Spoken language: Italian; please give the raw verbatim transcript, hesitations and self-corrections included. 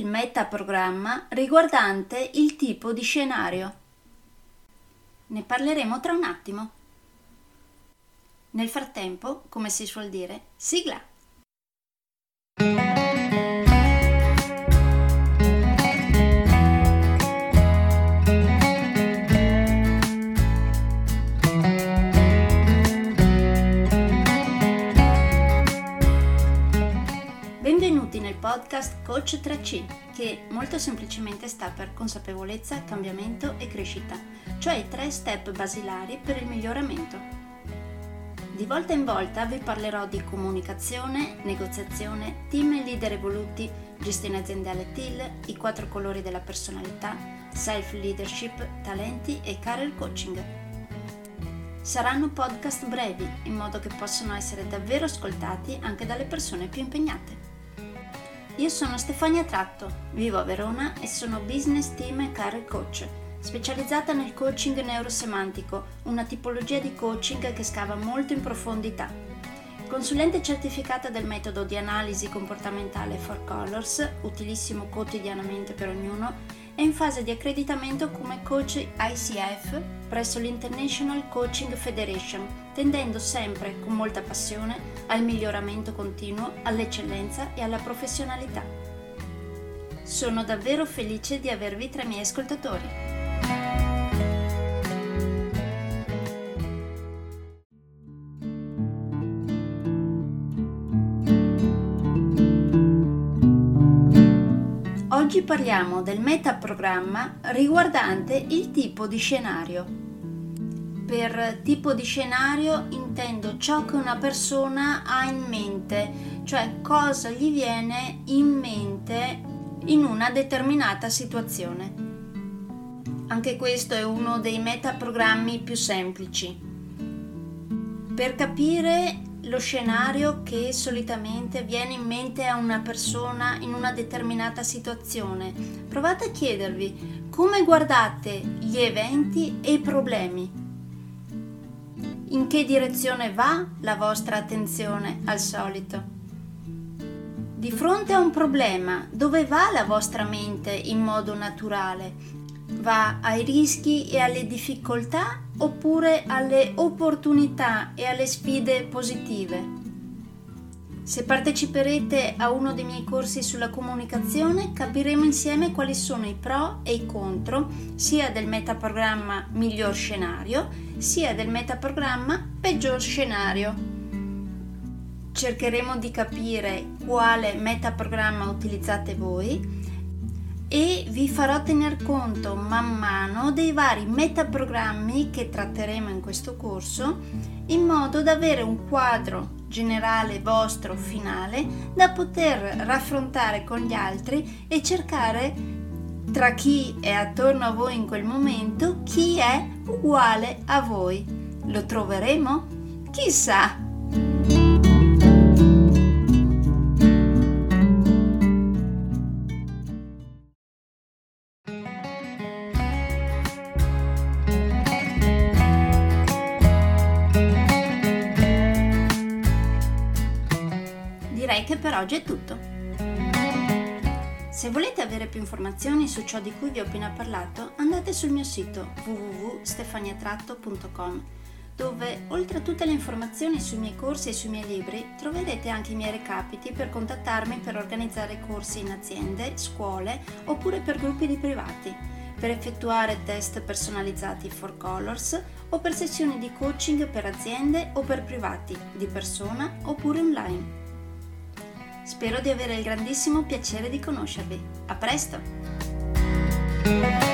il metaprogramma riguardante il tipo di scenario. Ne parleremo tra un attimo. Nel frattempo, come si suol dire, sigla! Benvenuti nel podcast Coach tre C, che molto semplicemente sta per consapevolezza, cambiamento e crescita, cioè i tre step basilari per il miglioramento. Di volta in volta vi parlerò di comunicazione, negoziazione, team e leader evoluti, gestione aziendale T I L, i quattro colori della personalità, self-leadership, talenti e career coaching. Saranno podcast brevi, in modo che possano essere davvero ascoltati anche dalle persone più impegnate. Io sono Stefania Tratto, vivo a Verona e sono business team e career coach, specializzata nel coaching neurosemantico, una tipologia di coaching che scava molto in profondità. Consulente certificata del metodo di analisi comportamentale Four Colors, utilissimo quotidianamente per ognuno, è in fase di accreditamento come coach I C F presso l'International Coaching Federation, tendendo sempre con molta passione al miglioramento continuo, all'eccellenza e alla professionalità. Sono davvero felice di avervi tra i miei ascoltatori. Oggi parliamo del metaprogramma riguardante il tipo di scenario. Per tipo di scenario intendo ciò che una persona ha in mente, cioè cosa gli viene in mente in una determinata situazione. Anche questo è uno dei metaprogrammi più semplici. Per capire lo scenario che solitamente viene in mente a una persona in una determinata situazione, provate a chiedervi come guardate gli eventi e i problemi. In che direzione va la vostra attenzione al solito? Di fronte a un problema, dove va la vostra mente in modo naturale? Va ai rischi e alle difficoltà oppure alle opportunità e alle sfide positive? Se parteciperete a uno dei miei corsi sulla comunicazione, capiremo insieme quali sono i pro e i contro sia del metaprogramma miglior scenario sia del metaprogramma peggior scenario. Cercheremo di capire quale metaprogramma utilizzate voi e vi farò tener conto man mano dei vari metaprogrammi che tratteremo in questo corso, in modo da avere un quadro generale vostro finale da poter raffrontare con gli altri e cercare tra chi è attorno a voi in quel momento chi è uguale a voi. Lo troveremo? Chissà! Direi che per oggi è tutto. Se volete avere più informazioni su ciò di cui vi ho appena parlato, andate sul mio sito w w w punto stefania tratto punto com, dove oltre a tutte le informazioni sui miei corsi e sui miei libri troverete anche i miei recapiti per contattarmi per organizzare corsi in aziende, scuole oppure per gruppi di privati, per effettuare test personalizzati Four Colors o per sessioni di coaching per aziende o per privati, di persona oppure online. Spero di avere il grandissimo piacere di conoscervi. A presto!